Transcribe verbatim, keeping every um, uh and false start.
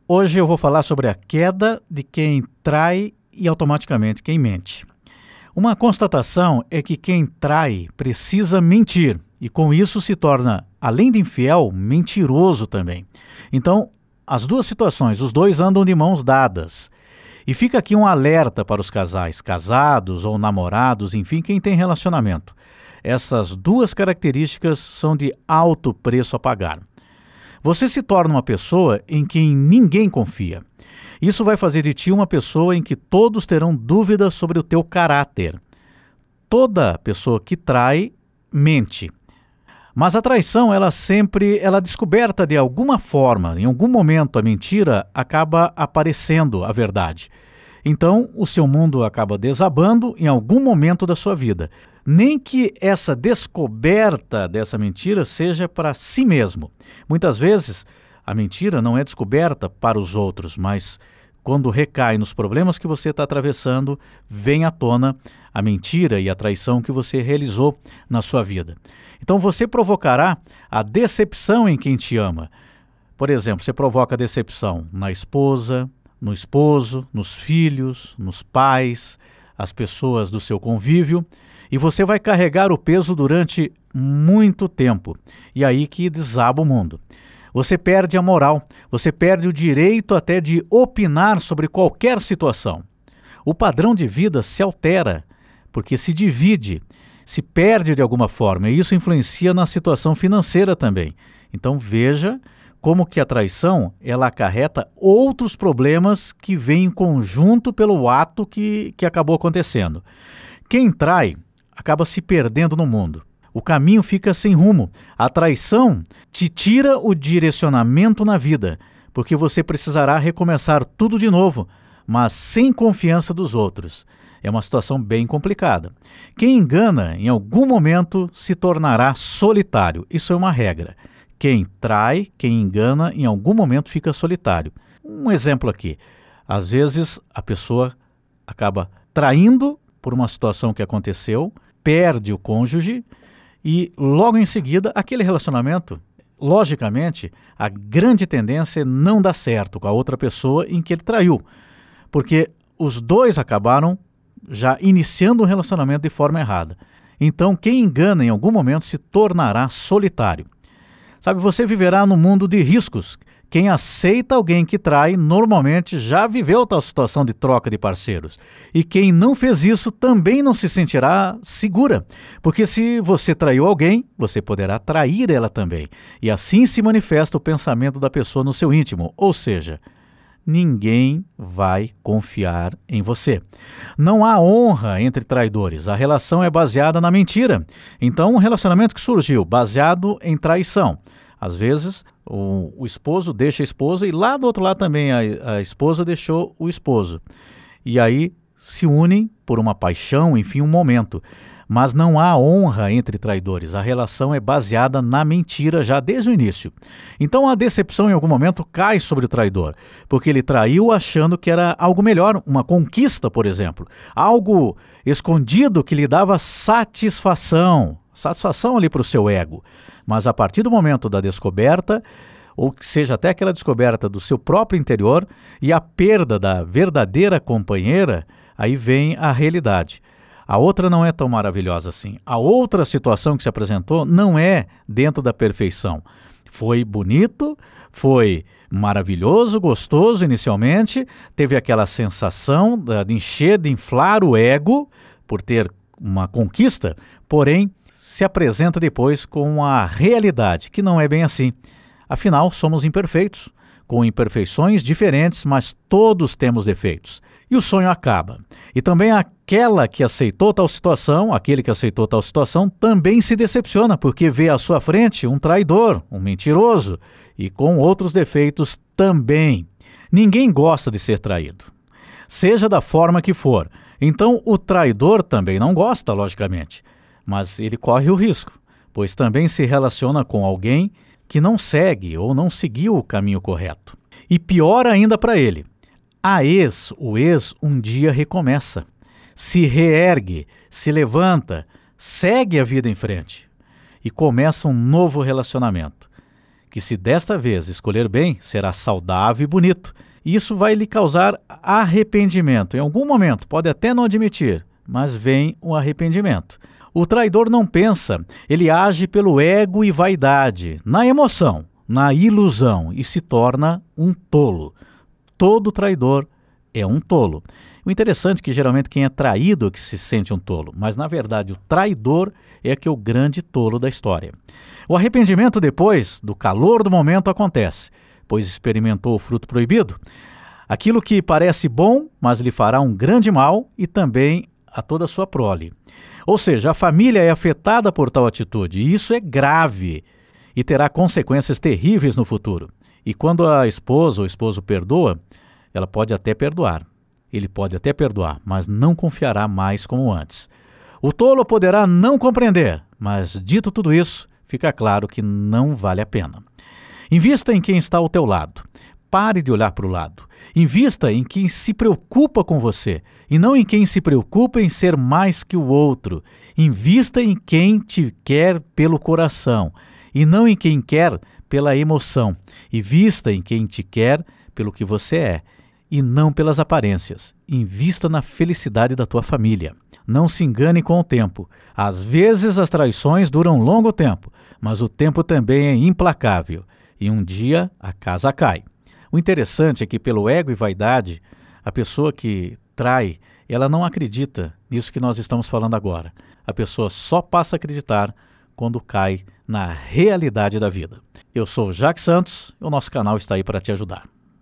Hoje eu vou falar sobre a queda de quem trai e automaticamente quem mente. Uma constatação é que quem trai precisa mentir e com isso se torna, além de infiel, mentiroso também. Então, as duas situações, os dois andam de mãos dadas. E fica aqui um alerta para os casais, casados ou namorados, enfim, quem tem relacionamento. Essas duas características são de alto preço a pagar. Você se torna uma pessoa em quem ninguém confia. Isso vai fazer de ti uma pessoa em que todos terão dúvidas sobre o teu caráter. Toda pessoa que trai, mente. Mas a traição, ela sempre, ela é descoberta de alguma forma. Em algum momento a mentira acaba aparecendo a verdade. Então o seu mundo acaba desabando em algum momento da sua vida. Nem que essa descoberta dessa mentira seja para si mesmo. Muitas vezes a mentira não é descoberta para os outros, mas quando recai nos problemas que você está atravessando, vem à tona a mentira e a traição que você realizou na sua vida. Então você provocará a decepção em quem te ama. Por exemplo, você provoca decepção na esposa, no esposo, nos filhos, nos pais, as pessoas do seu convívio, e você vai carregar o peso durante muito tempo. E aí que desaba o mundo. Você perde a moral, você perde o direito até de opinar sobre qualquer situação. O padrão de vida se altera, porque se divide, se perde de alguma forma, e isso influencia na situação financeira também. Então veja como que a traição, ela acarreta outros problemas que vêm em conjunto pelo ato que, que acabou acontecendo. Quem trai acaba se perdendo no mundo. O caminho fica sem rumo. A traição te tira o direcionamento na vida, porque você precisará recomeçar tudo de novo, mas sem confiança dos outros. É uma situação bem complicada. Quem engana, em algum momento, se tornará solitário. Isso é uma regra. Quem trai, quem engana, em algum momento fica solitário. Um exemplo aqui. Às vezes, a pessoa acaba traindo por uma situação que aconteceu, perde o cônjuge e, logo em seguida, aquele relacionamento, logicamente, a grande tendência é não dar certo com a outra pessoa em que ele traiu. Porque os dois acabaram já iniciando um relacionamento de forma errada. Então, quem engana em algum momento se tornará solitário. Sabe, você viverá num mundo de riscos. Quem aceita alguém que trai, normalmente já viveu tal situação de troca de parceiros. E quem não fez isso também não se sentirá segura. Porque se você traiu alguém, você poderá trair ela também. E assim se manifesta o pensamento da pessoa no seu íntimo. Ou seja, ninguém vai confiar em você. Não há honra entre traidores. A relação é baseada na mentira. Então, um relacionamento que surgiu baseado em traição. Às vezes, o, o esposo deixa a esposa e lá do outro lado também a, a esposa deixou o esposo. E aí se unem por uma paixão, enfim, um momento. Mas não há honra entre traidores. A relação é baseada na mentira já desde o início. Então a decepção em algum momento cai sobre o traidor, porque ele traiu achando que era algo melhor, uma conquista, por exemplo. Algo escondido que lhe dava satisfação. Satisfação ali para o seu ego. Mas a partir do momento da descoberta, ou que seja até aquela descoberta do seu próprio interior e a perda da verdadeira companheira, aí vem a realidade. A outra não é tão maravilhosa assim. A outra situação que se apresentou não é dentro da perfeição. Foi bonito, foi maravilhoso, gostoso inicialmente, teve aquela sensação de encher, de inflar o ego por ter uma conquista, porém se apresenta depois com a realidade, que não é bem assim. Afinal, somos imperfeitos, com imperfeições diferentes, mas todos temos defeitos. E o sonho acaba. E também aquela que aceitou tal situação, aquele que aceitou tal situação, também se decepciona, porque vê à sua frente um traidor, um mentiroso, e com outros defeitos também. Ninguém gosta de ser traído, seja da forma que for. Então, o traidor também não gosta, logicamente. Mas ele corre o risco, pois também se relaciona com alguém que não segue ou não seguiu o caminho correto. E pior ainda para ele, a ex, o ex um dia recomeça, se reergue, se levanta, segue a vida em frente e começa um novo relacionamento. que se desta vez escolher bem, será saudável e bonito. Isso vai lhe causar arrependimento. Em algum momento, pode até não admitir, mas vem o arrependimento. O traidor não pensa, ele age pelo ego e vaidade, na emoção, na ilusão e se torna um tolo. Todo traidor é um tolo. O interessante é que geralmente quem é traído é que se sente um tolo, mas na verdade o traidor é que é o grande tolo da história. O arrependimento depois do calor do momento acontece, pois experimentou o fruto proibido. Aquilo que parece bom, mas lhe fará um grande mal e também a toda a sua prole. Ou seja, a família é afetada por tal atitude, e isso é grave e terá consequências terríveis no futuro. E quando a esposa ou o esposo perdoa, ela pode até perdoar. Ele pode até perdoar, mas não confiará mais como antes. O tolo poderá não compreender, mas dito tudo isso, fica claro que não vale a pena. Invista em quem está ao teu lado. Pare de olhar para o lado. Invista em quem se preocupa com você e não em quem se preocupa em ser mais que o outro. Invista em quem te quer pelo coração e não em quem quer pela emoção. Invista em quem te quer pelo que você é e não pelas aparências. Invista na felicidade da tua família. Não se engane com o tempo. Às vezes as traições duram longo tempo, mas o tempo também é implacável e um dia a casa cai. O interessante é que pelo ego e vaidade, a pessoa que trai, ela não acredita nisso que nós estamos falando agora. A pessoa só passa a acreditar quando cai na realidade da vida. Eu sou o Jacques Santos e o nosso canal está aí para te ajudar.